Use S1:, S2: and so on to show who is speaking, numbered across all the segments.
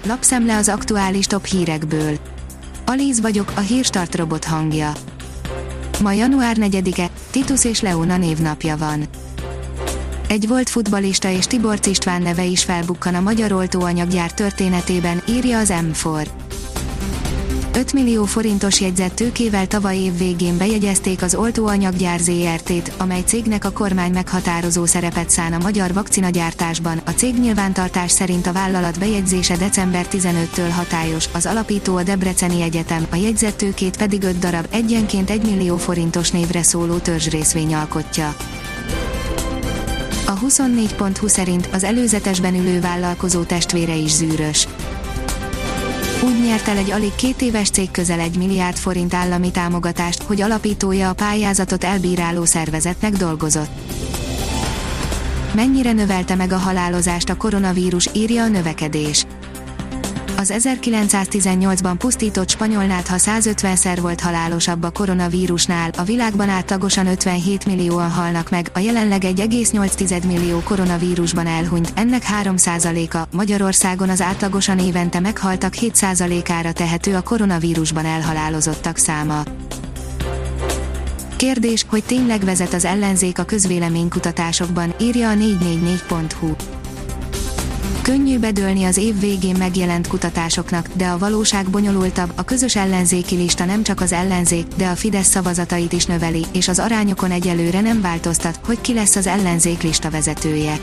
S1: lapszemle az aktuális top hírekből. Alíz vagyok, a Hírstart robot hangja. Ma január 4-e, Titus és Leona névnapja van. Egy volt futballista és Tiborcs István neve is felbukkan a magyar oltóanyaggyár történetében, írja az M4. 5 millió forintos jegyzett tőkével tavaly év végén bejegyezték az oltóanyaggyár ZRT-t, amely cégnek a kormány meghatározó szerepet szán a magyar vakcinagyártásban. A cég nyilvántartás szerint a vállalat bejegyzése december 15-től hatályos, az alapító a Debreceni Egyetem, a jegyzett tőkét pedig 5 darab, egyenként 1 millió forintos névre szóló törzsrészvény alkotja. A 24.20 szerint az előzetesben ülő vállalkozó testvére is zűrös. Úgy nyert el egy alig 2 éves cég közel 1 milliárd forint állami támogatást, hogy alapítója a pályázatot elbíráló szervezetnek dolgozott. Mennyire növelte meg a halálozást a koronavírus, írja a Növekedés. Az 1918-ban pusztított spanyolnátha 150-szer volt halálosabb a koronavírusnál, a világban átlagosan 57 millióan halnak meg, a jelenleg 1,8 millió koronavírusban elhunyt, ennek 3%-a, Magyarországon az átlagosan évente meghaltak 7%-ára tehető a koronavírusban elhalálozottak száma. Kérdés, hogy tényleg vezet az ellenzék a közvéleménykutatásokban, írja a 444.hu. Könnyű bedőlni az év végén megjelent kutatásoknak, de a valóság bonyolultabb, a közös ellenzéki lista nem csak az ellenzék, de a Fidesz szavazatait is növeli, és az arányokon egyelőre nem változtat, hogy ki lesz az ellenzék lista vezetője.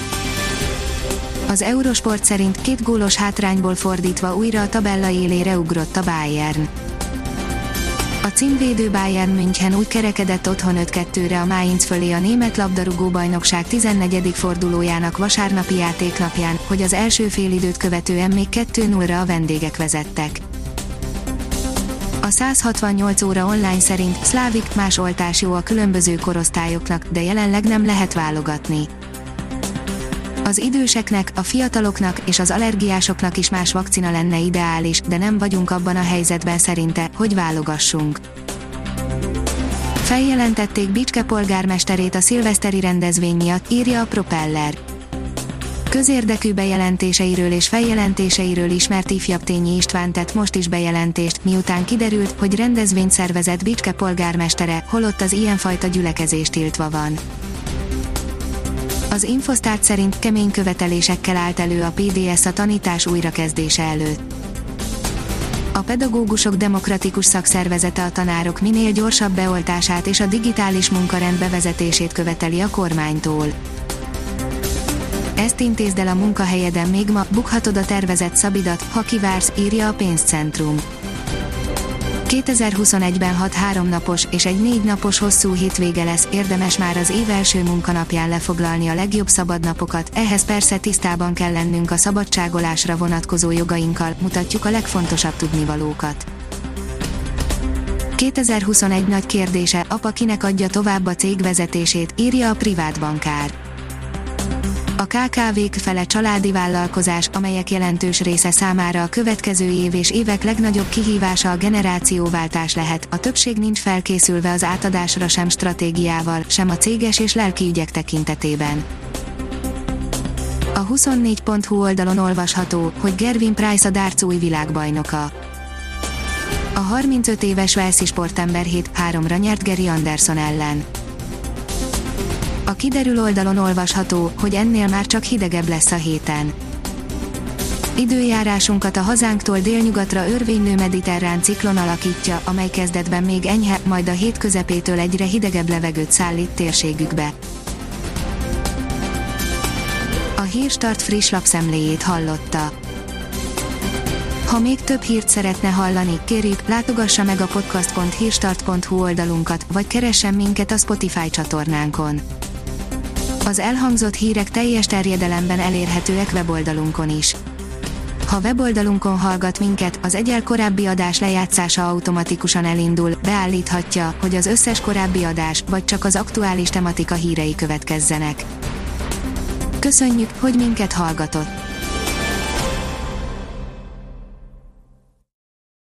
S1: Az Eurosport szerint 2 gólos hátrányból fordítva újra a tabella élére ugrott a Bayern. A címvédő Bayern München úgy kerekedett otthon 5-2-re a Mainz fölé a német labdarúgó-bajnokság 14. fordulójának vasárnapi játéknapján, hogy az első félidőt követően még 2-0-ra a vendégek vezettek. A 168 óra online szerint Szlávik más oltás jó a különböző korosztályoknak, de jelenleg nem lehet válogatni. Az időseknek, a fiataloknak és az allergiásoknak is más vakcina lenne ideális, de nem vagyunk abban a helyzetben szerinte, hogy válogassunk. Feljelentették Bicske polgármesterét a szilveszteri rendezvény miatt, írja a Propeller. Közérdekű bejelentéseiről és feljelentéseiről ismert Ifjabb-Tényi István tett most is bejelentést, miután kiderült, hogy rendezvényt szervezett Bicske polgármestere, holott az ilyenfajta gyülekezés tiltva van. Az Infosztát szerint kemény követelésekkel állt elő a PDS a tanítás újrakezdése előtt. A Pedagógusok Demokratikus Szakszervezete a tanárok minél gyorsabb beoltását és a digitális munkarend bevezetését követeli a kormánytól. Ezt intézd el a munkahelyeden még ma, bukhatod a tervezett szabidat, ha kivársz, írja a Pénzcentrum. 2021-ben 6 3-napos és egy 4 napos hosszú hétvége lesz, érdemes már az év első munkanapján lefoglalni a legjobb szabadnapokat, ehhez persze tisztában kell lennünk a szabadságolásra vonatkozó jogainkkal, mutatjuk a legfontosabb tudnivalókat. 2021 nagy kérdése, apa kinek adja tovább a cég vezetését, írja a Privát Bankár. A KKV-k fele családi vállalkozás, amelyek jelentős része számára a következő év és évek legnagyobb kihívása a generációváltás lehet, a többség nincs felkészülve az átadásra sem stratégiával, sem a céges és lelki ügyek tekintetében. A 24.hu oldalon olvasható, hogy Gervin Price a darts új világbajnoka. A 35 éves walesi sportember 7-3-ra nyert Gary Anderson ellen. A Kiderül oldalon olvasható, hogy ennél már csak hidegebb lesz a héten. Időjárásunkat a hazánktól délnyugatra örvénylő mediterrán ciklon alakítja, amely kezdetben még enyhe, majd a hét közepétől egyre hidegebb levegőt szállít térségükbe. A Hírstart friss lapszemléjét hallotta. Ha még több hírt szeretne hallani, kérjük, látogassa meg a podcast.hírstart.hu oldalunkat, vagy keressen minket a Spotify csatornánkon. Az elhangzott hírek teljes terjedelemben elérhetőek weboldalunkon is. Ha weboldalunkon hallgat minket, az egyel korábbi adás lejátszása automatikusan elindul, beállíthatja, hogy az összes korábbi adás, vagy csak az aktuális tematika hírei következzenek. Köszönjük, hogy minket hallgatott!